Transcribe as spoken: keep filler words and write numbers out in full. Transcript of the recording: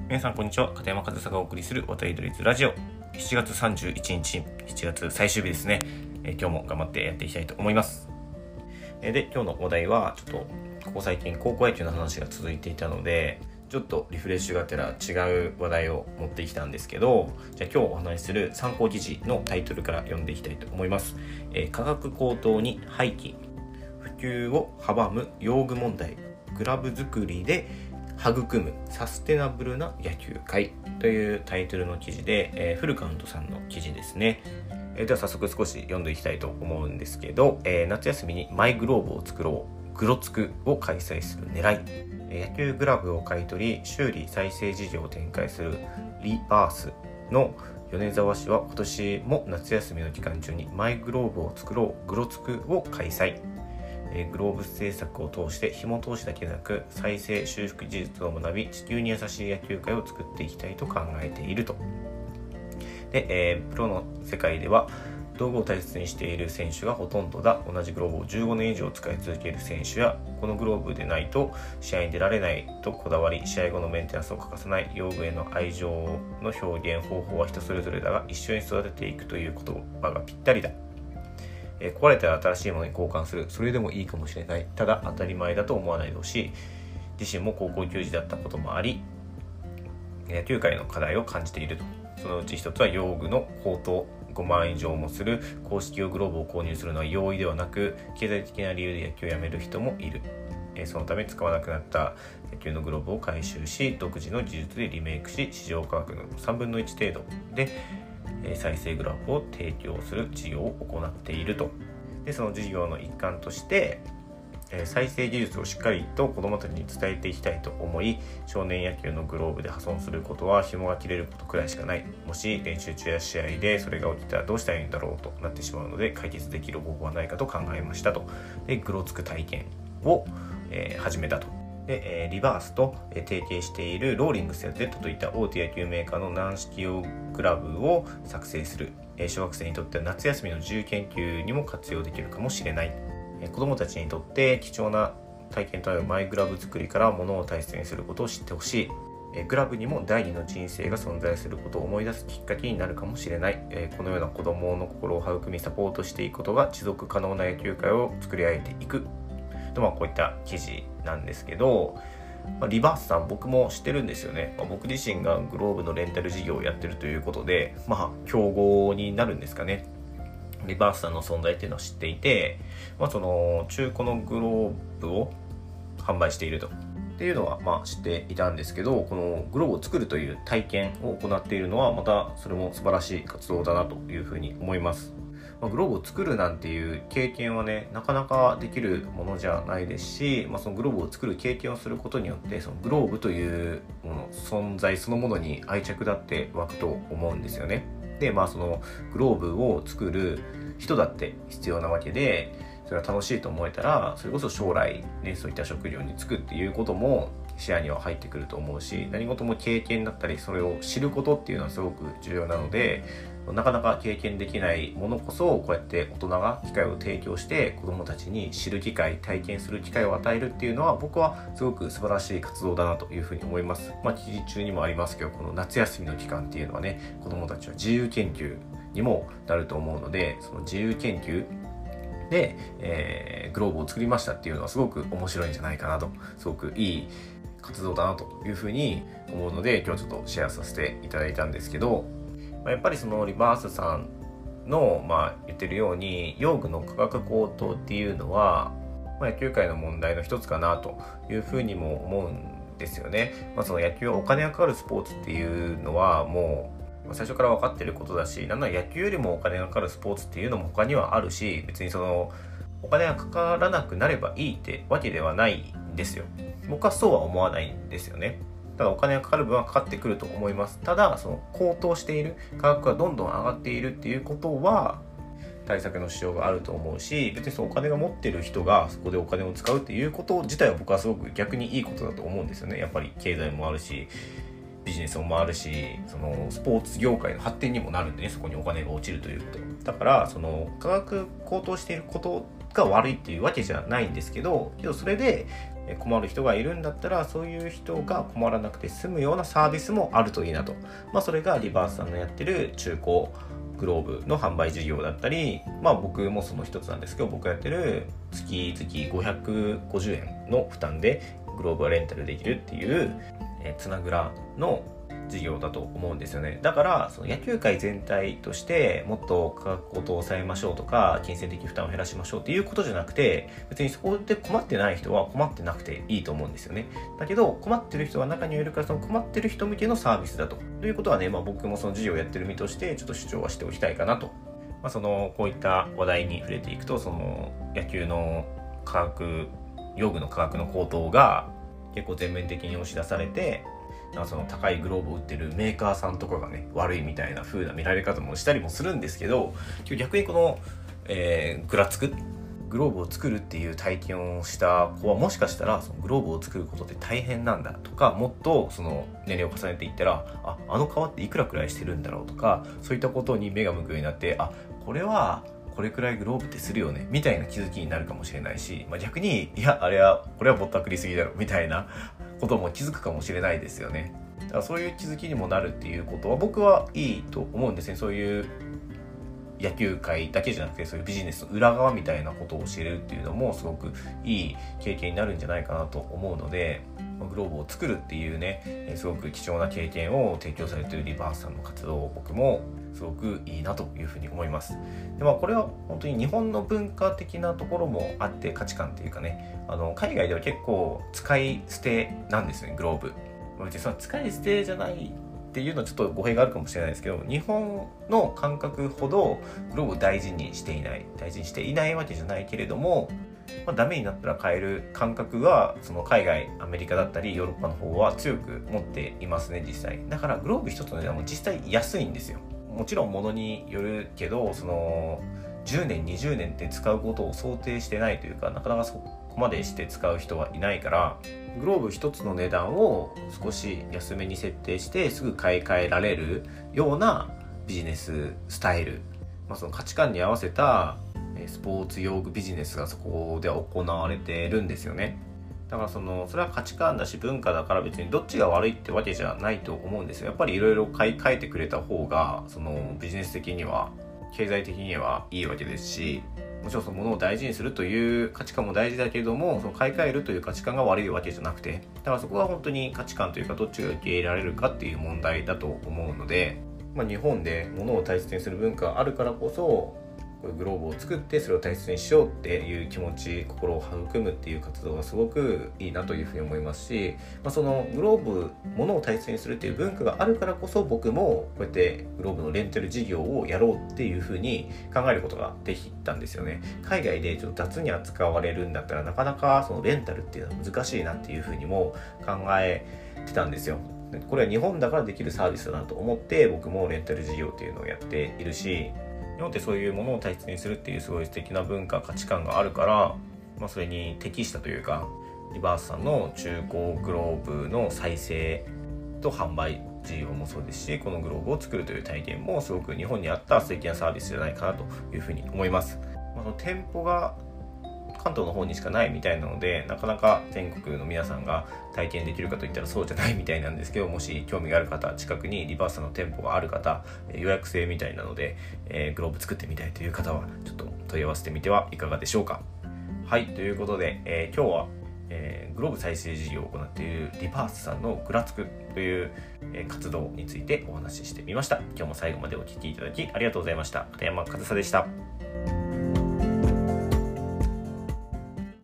皆さんこんにちは。片山和沙がお送りする渡りドリズラジオ。しちがつさんじゅういちにち、しちがつ最終日ですね。えー、今日も頑張ってやっていきたいと思います。えー、で、今日のお題はちょっとここ最近高校野球の話が続いていたので、ちょっとリフレッシュがてら違う話題を持ってきたんですけど、じゃあ今日お話しする参考記事のタイトルから読んでいきたいと思います。えー、価格高騰に廃棄、普及を阻む用具問題、グラブ作りで育むサステナブルな野球界というタイトルの記事で、えー、フルカウントさんの記事ですね。えー、では早速少し読んでいきたいと思うんですけど、えー、夏休みにマイグローブを作ろうグロツクを開催する狙い、えー、野球グラブを買い取り修理再生事業を展開するリバースの米沢市は今年も夏休みの期間中にマイグローブを作ろうグロツクを開催。グローブ製作を通して紐通しだけでなく再生修復技術を学び地球に優しい野球界を作っていきたいと考えていると。で、えー、プロの世界では道具を大切にしている選手がほとんどだ。同じグローブをじゅうごねん以上使い続ける選手やこのグローブでないと試合に出られないとこだわり試合後のメンテナンスを欠かさない用具への愛情の表現方法は人それぞれだが一緒に育てていくという言葉がぴったりだ。えー、壊れたら新しいものに交換する、それでもいいかもしれない。ただ当たり前だと思わないでほしい。自身も高校球児だったこともあり野球界の課題を感じていると。そのうち一つは用具の高騰。ごまん以上もする公式用グローブを購入するのは容易ではなく経済的な理由で野球をやめる人もいる。えー、そのため使わなくなった野球のグローブを回収し独自の技術でリメイクし市場価格のさんぶんのいち程度で再生グラフを提供する事業を行っていると。でその事業の一環として再生技術をしっかりと子どもたちに伝えていきたいと思い少年野球のグローブで破損することは紐が切れることくらいしかない。もし練習中や試合でそれが起きたらどうしたらいいんだろうとなってしまうので解決できる方法はないかと考えましたと。でグロつく体験を、えー、始めたと。で、えー、リバースと、えー、提携しているローリングスや Z といった大手野球メーカーの軟式用グラブを作成する、えー、小学生にとっては夏休みの自由研究にも活用できるかもしれない。えー、子どもたちにとって貴重な体験となるマイグラブ作りから物を大切にすることを知ってほしい。えー、グラブにも第二の人生が存在することを思い出すきっかけになるかもしれない。えー、このような子どもの心を育みサポートしていくことが持続可能な野球界を作り上げていくと、まあ、こういった記事なんですけど、まあ、リバースさん僕も知ってるんですよね。まあ、僕自身がグローブのレンタル事業をやってるということで、まあ競合になるんですかね。リバースさんの存在っていうのを知っていて、まあ、その中古のグローブを販売しているとっていうのはまあ知っていたんですけど、このグローブを作るという体験を行っているのはまたそれも素晴らしい活動だなというふうに思います。まあ、グローブを作るなんていう経験はねなかなかできるものじゃないですし、まあ、そのグローブを作る経験をすることによってそのグローブというもの存在そのものに愛着だって湧くと思うんですよね。でまあそのグローブを作る人だって必要なわけで、それが楽しいと思えたらそれこそ将来ねそういった職業に就くっていうことも視野には入ってくると思うし、何事も経験だったりそれを知ることっていうのはすごく重要なので、なかなか経験できないものこそこうやって大人が機会を提供して子どもたちに知る機会体験する機会を与えるっていうのは僕はすごく素晴らしい活動だなというふうに思います。まあ記事中にもありますけど、この夏休みの期間っていうのはね子どもたちは自由研究にもなると思うので、その自由研究で、えー、グローブを作りましたっていうのはすごく面白いんじゃないかなと、すごくいい活動だなというふうに思うので今日ちょっとシェアさせていただいたんですけど、やっぱりそのリバースさんの、まあ、言ってるように用具の価格高騰っていうのは、まあ、野球界の問題の一つかなというふうにも思うんですよね。まあ、その野球はお金がかかるスポーツっていうのはもう最初から分かってることだし、なんなら野球よりもお金がかかるスポーツっていうのも他にはあるし、別にそのお金がかからなくなればいいってわけではないんですよ。僕はそうは思わないんですよね。ただお金がかかる分はかかってくると思います。ただその高騰している価格がどんどん上がっているっていうことは対策のしようがあると思うし、別にそのお金が持ってる人がそこでお金を使うっていうこと自体は僕はすごく逆にいいことだと思うんですよね。やっぱり経済もあるしビジネスも回るし、そのスポーツ業界の発展にもなるんでね、そこにお金が落ちるということだからその価格高騰していることが悪いっていうわけじゃないんですけど、けどそれで困る人がいるんだったら、そういう人が困らなくて済むようなサービスもあるといいなと。まあ、それがリバースさんのやってる中古グローブの販売事業だったり、まあ僕もその一つなんですけど、僕がやってる月々ごひゃくごじゅうえんの負担でグローブがレンタルできるっていう、えー、つなぐらの事業だと思うんですよね。だからその野球界全体としてもっと価格高騰を抑えましょうとか、金銭的負担を減らしましょうっていうことじゃなくて、別にそこで困ってない人は困ってなくていいと思うんですよね。だけど困ってる人は中にはいるから、その困ってる人向けのサービスだと。ということはね、まあ、僕もその事業をやってる身としてちょっと主張はしておきたいかなと。まあ、そのこういった話題に触れていくと、その野球の価格、用具の価格の高騰が結構全面的に押し出されて、なんかその高いグローブを売ってるメーカーさんとかがね悪いみたいな風な見られ方もしたりもするんですけど、今日逆にこの、えー、グラつくグローブを作るっていう体験をした子は、もしかしたらそのグローブを作ることって大変なんだとか、もっとその年齢を重ねていったら、あ、あの革っていくらくらいしてるんだろうとか、そういったことに目が向くようになって、あ、これはこれくらいグローブってするよねみたいな気づきになるかもしれないし、まあ、逆にいやあれはこれはぼったくりすぎだろみたいなことも気づくかもしれないですよね。だからそういう気づきにもなるっていうことは僕はいいと思うんですね。そういう野球界だけじゃなくて、そういうビジネスの裏側みたいなことを教えるっていうのもすごくいい経験になるんじゃないかなと思うので、グローブを作るっていうね、すごく貴重な経験を提供されているリバースさんの活動を僕もすごくいいなというふうに思います。で、まあ、これは本当に日本の文化的なところもあって、価値観っていうかね、あの海外では結構使い捨てなんですね、グローブ。別にその使い捨てじゃないっていうのはちょっと語弊があるかもしれないですけど、日本の感覚ほどグローブを大事にしていない大事にしていないわけじゃないけれども、まあ、ダメになったら買える感覚はその海外、アメリカだったりヨーロッパの方は強く持っていますね、実際。だからグローブ一つの値段も実際安いんですよ。もちろん物によるけど、そのじゅうねんにじゅうねんって使うことを想定してないというか、なかなかそこまでして使う人はいないから、グローブ一つの値段を少し安めに設定してすぐ買い替えられるようなビジネススタイル、まあ、その価値観に合わせたスポーツ用具ビジネスがそこで行われてるんですよね。だからそのそれは価値観だし文化だから、別にどっちが悪いってわけじゃないと思うんですよ。やっぱりいろいろ買い替えてくれた方がそのビジネス的には経済的にはいいわけですし、もちろんそのものを大事にするという価値観も大事だけれども、その買い替えるという価値観が悪いわけじゃなくて、だからそこは本当に価値観というか、どっちが受け入れられるかっていう問題だと思うので、まあ、日本で物を大切にする文化があるからこそ、こういうグローブを作ってそれを大切にしようっていう気持ち、心を育むっていう活動がすごくいいなというふうに思いますし、まあ、そのグローブ、物を大切にするっていう文化があるからこそ、僕もこうやってグローブのレンタル事業をやろうっていうふうに考えることができたんですよね。海外でちょっと雑に扱われるんだったら、なかなかそのレンタルっていうのは難しいなっていうふうにも考えてたんですよ。これは日本だからできるサービスだなと思って、僕もレンタル事業っていうのをやっているし、日本ってそういうものを大切にするっていうすごい素敵な文化、価値観があるから、まあ、それに適したというか、リバースさんの中古グローブの再生と販売事業もそうですし、このグローブを作るという体験もすごく日本に合った素敵なサービスじゃないかなというふうに思います。まあ、その店舗が関東の方にしかないみたいなので、なかなか全国の皆さんが体験できるかといったらそうじゃないみたいなんですけど、もし興味がある方、近くにリバースさんの店舗がある方、予約制みたいなので、えー、グローブ作ってみたいという方はちょっと問い合わせてみてはいかがでしょうか。はい、ということで、えー、今日は、えー、グローブ再生事業を行っているリバースさんのグラつくという、えー、活動についてお話ししてみました。今日も最後までお聞きいただきありがとうございました。片山和沙でした。